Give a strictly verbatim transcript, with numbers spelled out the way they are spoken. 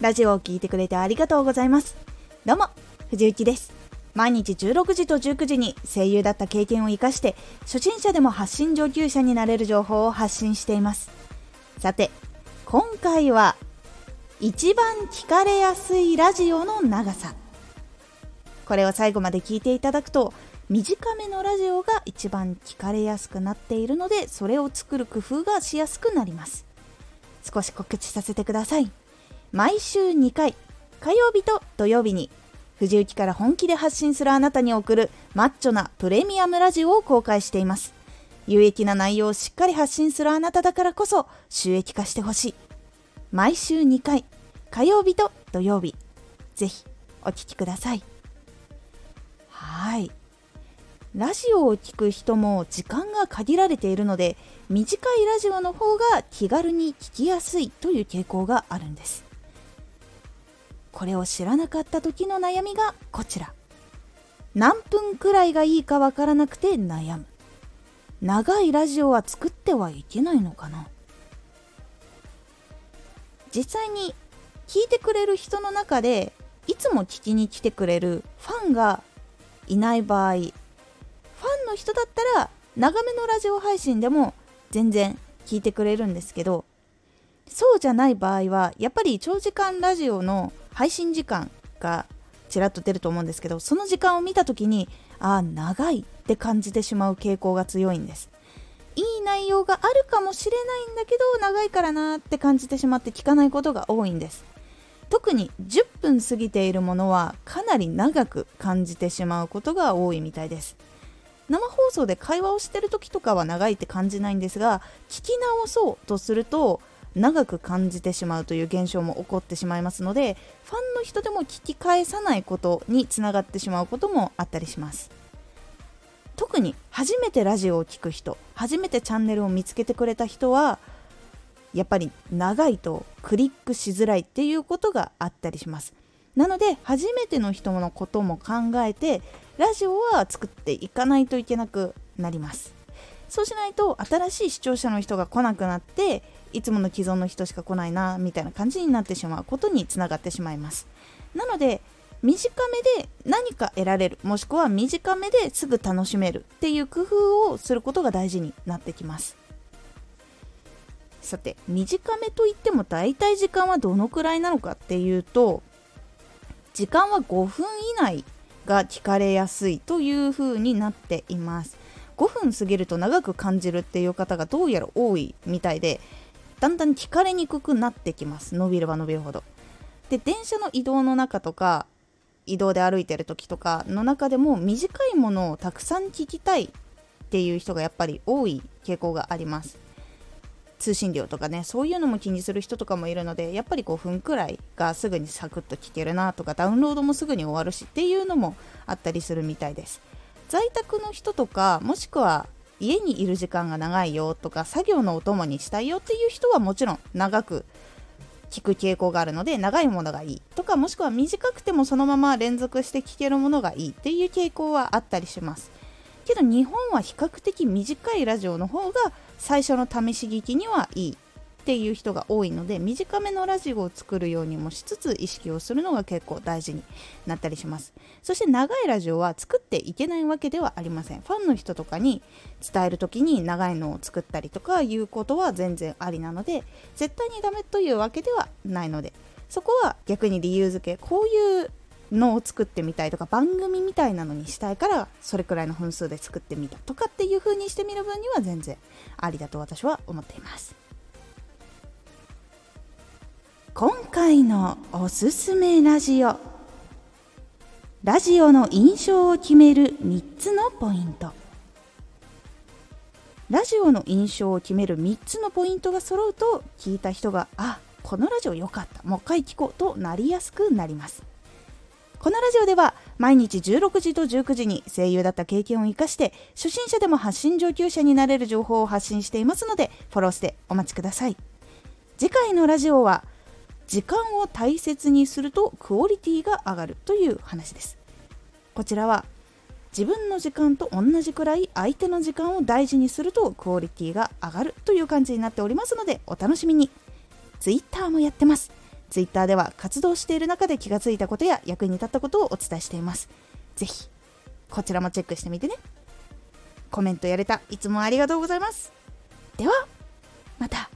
ラジオを聞いてくれてありがとうございます。どうも藤幸です。毎日じゅうろくじとじゅうくじに声優だった経験を生かして初心者でも発信上級者になれる情報を発信しています。さて今回は一番聞かれやすいラジオの長さ、これを最後まで聞いていただくと短めのラジオが一番聞かれやすくなっているので、それを作る工夫がしやすくなります。少し告知させてください。毎週にかい、火曜日と土曜日に藤幸から本気で発信するあなたに送るマッチョなプレミアムラジオを公開しています。有益な内容をしっかり発信するあなただからこそ収益化してほしい。毎週にかい、火曜日と土曜日、ぜひお聞きください。はい。ラジオを聞く人も時間が限られているので、短いラジオの方が気軽に聞きやすいという傾向があるんです。これを知らなかった時の悩みがこちら。何分くらいがいいかわからなくて悩む。長いラジオは作ってはいけないのかな。実際に聞いてくれる人の中でいつも聞きに来てくれるファンがいない場合、ファンの人だったら長めのラジオ配信でも全然聞いてくれるんですけど、そうじゃない場合はやっぱり長時間ラジオの配信時間がちらっと出ると思うんですけど、その時間を見たときにああ長いって感じてしまう傾向が強いんです。いい内容があるかもしれないんだけど長いからなって感じてしまって聞かないことが多いんです。特にじゅっぷん過ぎているものはかなり長く感じてしまうことが多いみたいです。生放送で会話をしてる時とかは長いって感じないんですが、聞き直そうとすると長く感じてしまうという現象も起こってしまいますので、ファンの人でも聞き返さないことにつながってしまうこともあったりします。特に初めてラジオを聞く人、初めてチャンネルを見つけてくれた人はやっぱり長いとクリックしづらいっていうことがあったりします。なので初めての人のことも考えてラジオは作っていかないといけなくなります。そうしないと新しい視聴者の人が来なくなって、いつもの既存の人しか来ないなみたいな感じになってしまうことにつながってしまいます。なので短めで何か得られる、もしくは短めですぐ楽しめるっていう工夫をすることが大事になってきます。さて短めといっても大体時間はどのくらいなのかっていうと、時間はごふん以内が聞かれやすいという風になっています。ごふん過ぎると長く感じるっていう方がどうやら多いみたいで、だんだん聞かれにくくなってきます。伸びれば伸びるほど。で、電車の移動の中とか移動で歩いてる時とかの中でも短いものをたくさん聞きたいっていう人がやっぱり多い傾向があります。通信料とかね、そういうのも気にする人とかもいるので、やっぱりごふんくらいがすぐにサクッと聞けるなとか、ダウンロードもすぐに終わるしっていうのもあったりするみたいです。在宅の人とか、もしくは家にいる時間が長いよとか、作業のお供にしたいよっていう人はもちろん長く聞く傾向があるので、長いものがいいとか、もしくは短くてもそのまま連続して聞けるものがいいっていう傾向はあったりします。けど日本は比較的短いラジオの方が最初の試し聞きにはいいっていう人が多いので、短めのラジオを作るようにもしつつ意識をするのが結構大事になったりします。そして長いラジオは作っていけないわけではありません。ファンの人とかに伝えるときに長いのを作ったりとかいうことは全然ありなので、絶対にダメというわけではないので、そこは逆に理由付け、こういうのを作ってみたいとか、番組みたいなのにしたいからそれくらいの分数で作ってみたとかっていう風にしてみる分には全然ありだと私は思っています。今回のおすすめラジオ、ラジオの印象を決めるみっつのポイント。ラジオの印象を決めるみっつのポイントが揃うと、聞いた人があ、このラジオ良かった、もう一回聞こうとなりやすくなります。このラジオでは毎日じゅうろくじとじゅうくじに声優だった経験を生かして初心者でも発信上級者になれる情報を発信していますので、フォローしてお待ちください。次回のラジオは時間を大切にするとクオリティが上がるという話です。こちらは自分の時間と同じくらい相手の時間を大事にするとクオリティが上がるという感じになっておりますので、お楽しみに。ツイッターもやってます。 Twitter では活動している中で気がついたことや役に立ったことをお伝えしています。ぜひこちらもチェックしてみてね。コメントやれた、いつもありがとうございます。ではまた。